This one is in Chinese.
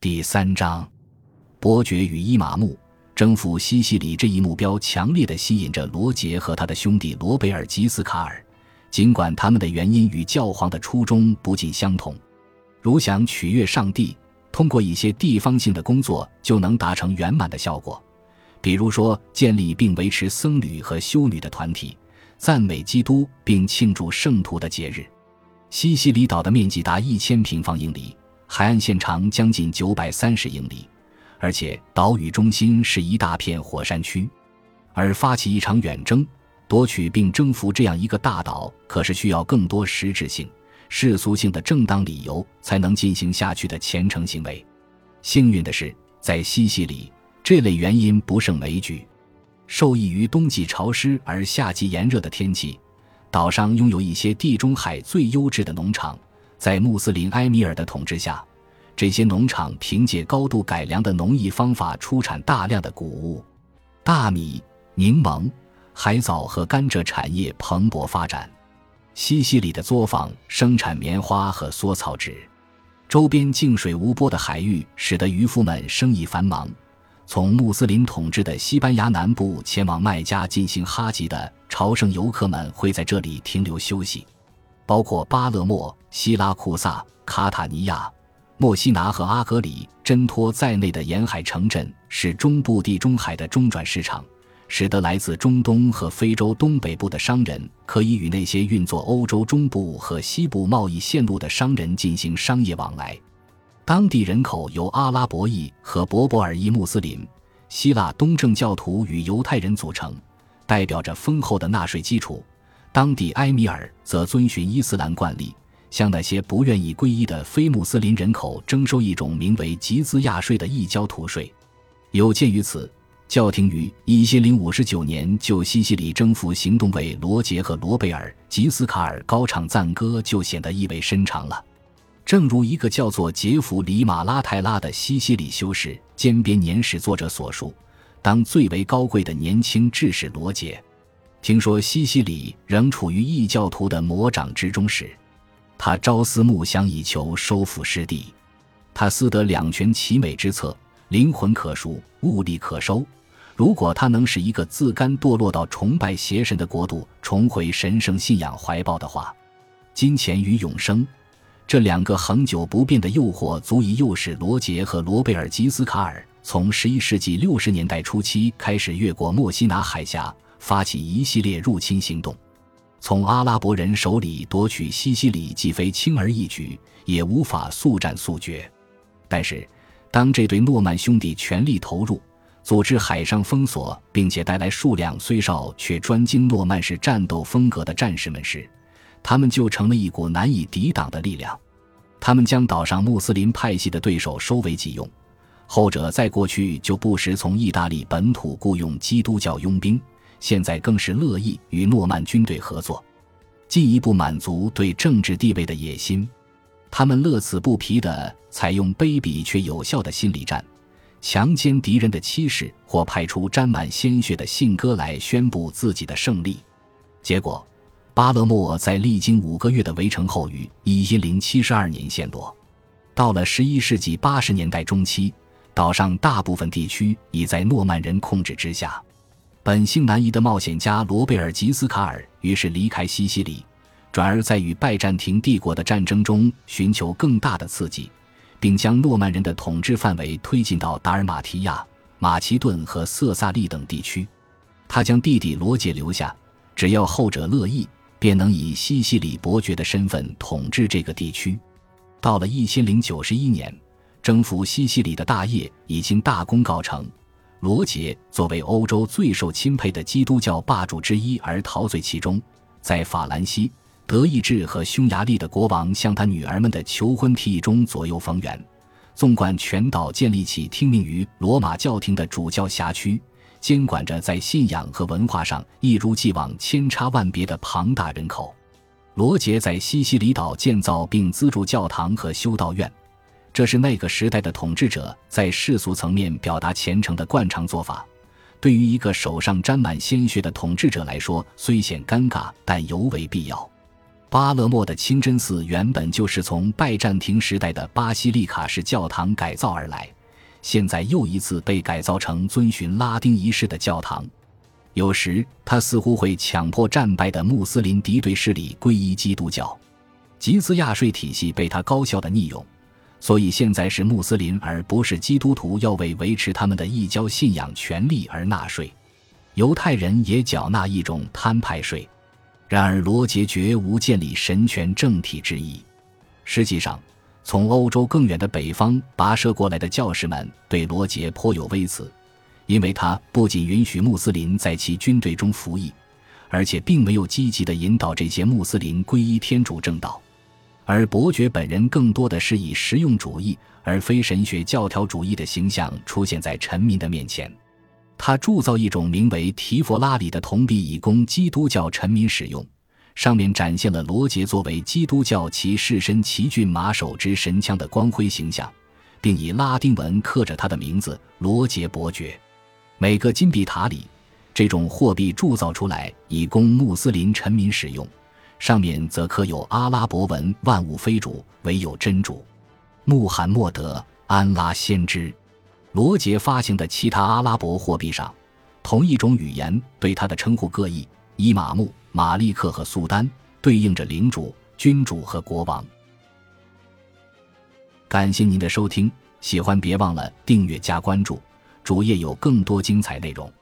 第3章，伯爵与伊玛目。征服西西里这一目标强烈地吸引着罗杰和他的兄弟罗贝尔吉斯卡尔，尽管他们的原因与教皇的初衷不尽相同。如想取悦上帝，通过一些地方性的工作就能达成圆满的效果，比如说建立并维持僧侣和修女的团体，赞美基督并庆祝圣徒的节日。西西里岛的面积达1000平方英里，海岸线长将近930英里，而且岛屿中心是一大片火山区。而发起一场远征，夺取并征服这样一个大岛，可是需要更多实质性、世俗性的正当理由才能进行下去的虔诚行为。幸运的是，在西西里，这类原因不胜枚举。受益于冬季潮湿而夏季炎热的天气，岛上拥有一些地中海最优质的农场。在穆斯林埃米尔的统治下，这些农场凭借高度改良的农艺方法出产大量的谷物，大米、柠檬、海藻和甘蔗产业蓬勃发展。西西里的作坊生产棉花和缩草纸，周边静水无波的海域使得渔夫们生意繁忙。从穆斯林统治的西班牙南部前往麦加进行哈吉的朝圣游客们会在这里停留休息，包括巴勒莫、希拉库萨、卡塔尼亚、墨西拿和阿格里真托在内的沿海城镇是中部地中海的中转市场，使得来自中东和非洲东北部的商人可以与那些运作欧洲中部和西部贸易线路的商人进行商业往来。当地人口由阿拉伯裔和柏柏尔裔穆斯林、希腊东正教徒与犹太人组成，代表着丰厚的纳税基础。当地埃米尔则遵循伊斯兰惯例，向那些不愿意皈依的非穆斯林人口征收一种名为吉兹亚税的异教徒税。有鉴于此，教廷于1059年就西西里征服行动为罗杰和罗贝尔吉斯卡尔高唱赞歌，就显得意味深长了。正如一个叫做杰弗里·马拉泰拉的西西里修士兼编年史作者所述，当最为高贵的年轻志士罗杰听说西西里仍处于异教徒的魔掌之中时，他朝思暮想以求收复失地。他思得两全其美之策，灵魂可赎，物力可收。如果他能使一个自甘堕落到崇拜邪神的国度重回神圣信仰怀抱的话，金钱与永生这两个恒久不变的诱惑足以诱使罗杰和罗贝尔吉斯卡尔从11世纪60年代初期开始越过墨西拿海峡，发起一系列入侵行动。从阿拉伯人手里夺取西西里既非轻而易举，也无法速战速决。但是当这对诺曼兄弟全力投入，组织海上封锁，并且带来数量虽少却专精诺曼式战斗风格的战士们时，他们就成了一股难以抵挡的力量。他们将岛上穆斯林派系的对手收为己用，后者在过去就不时从意大利本土雇佣基督教佣兵，现在更是乐意与诺曼军队合作，进一步满足对政治地位的野心。他们乐此不疲地采用卑鄙却有效的心理战，强奸敌人的妻室，或派出沾满鲜血的信鸽来宣布自己的胜利。结果巴勒莫在历经5个月的围城后于1072年陷落。到了11世纪80年代中期，岛上大部分地区已在诺曼人控制之下。本性难移的冒险家罗贝尔吉斯卡尔于是离开西西里，转而在与拜占庭帝国的战争中寻求更大的刺激，并将诺曼人的统治范围推进到达尔马提亚、马其顿和色萨利等地区。他将弟弟罗杰留下，只要后者乐意，便能以西西里伯爵的身份统治这个地区。到了1091年，征服西西里的大业已经大功告成。罗杰作为欧洲最受钦佩的基督教霸主之一而陶醉其中，在法兰西、德意志和匈牙利的国王向他女儿们的求婚提议中左右逢源，纵贯全岛建立起听命于罗马教廷的主教辖区，监管着在信仰和文化上一如既往千差万别的庞大人口。罗杰在西西里岛建造并资助教堂和修道院，这是那个时代的统治者在世俗层面表达虔诚的惯常做法。对于一个手上沾满鲜血的统治者来说，虽显尴尬，但尤为必要。 巴勒莫的清真寺原本就是从拜占庭时代的巴西利卡式教堂改造而来，现在又一次被改造成遵循拉丁仪式的教堂。有时它似乎会强迫战败的穆斯林敌对势力皈依基督教。吉兹亚税体系被他高效地逆用，所以现在是穆斯林而不是基督徒要为维持他们的异教信仰权利而纳税。犹太人也缴纳一种摊派税，然而罗杰绝无建立神权政体之意。实际上，从欧洲更远的北方跋涉过来的教士们对罗杰颇有微词，因为他不仅允许穆斯林在其军队中服役，而且并没有积极地引导这些穆斯林皈依天主正道。而伯爵本人更多的是以实用主义而非神学教条主义的形象出现在臣民的面前。他铸造一种名为提佛拉里的铜币以供基督教臣民使用，上面展现了罗杰作为基督教骑士身骑骏马手执神枪的光辉形象，并以拉丁文刻着他的名字罗杰伯爵。每个金币塔里，这种货币铸造出来以供穆斯林臣民使用，上面则刻有阿拉伯文万物非主，唯有真主，穆罕默德，安拉先知。罗杰发行的其他阿拉伯货币上，同一种语言对他的称呼各异，伊玛目、马利克和苏丹对应着领主、君主和国王。感谢您的收听，喜欢别忘了订阅加关注，主页有更多精彩内容。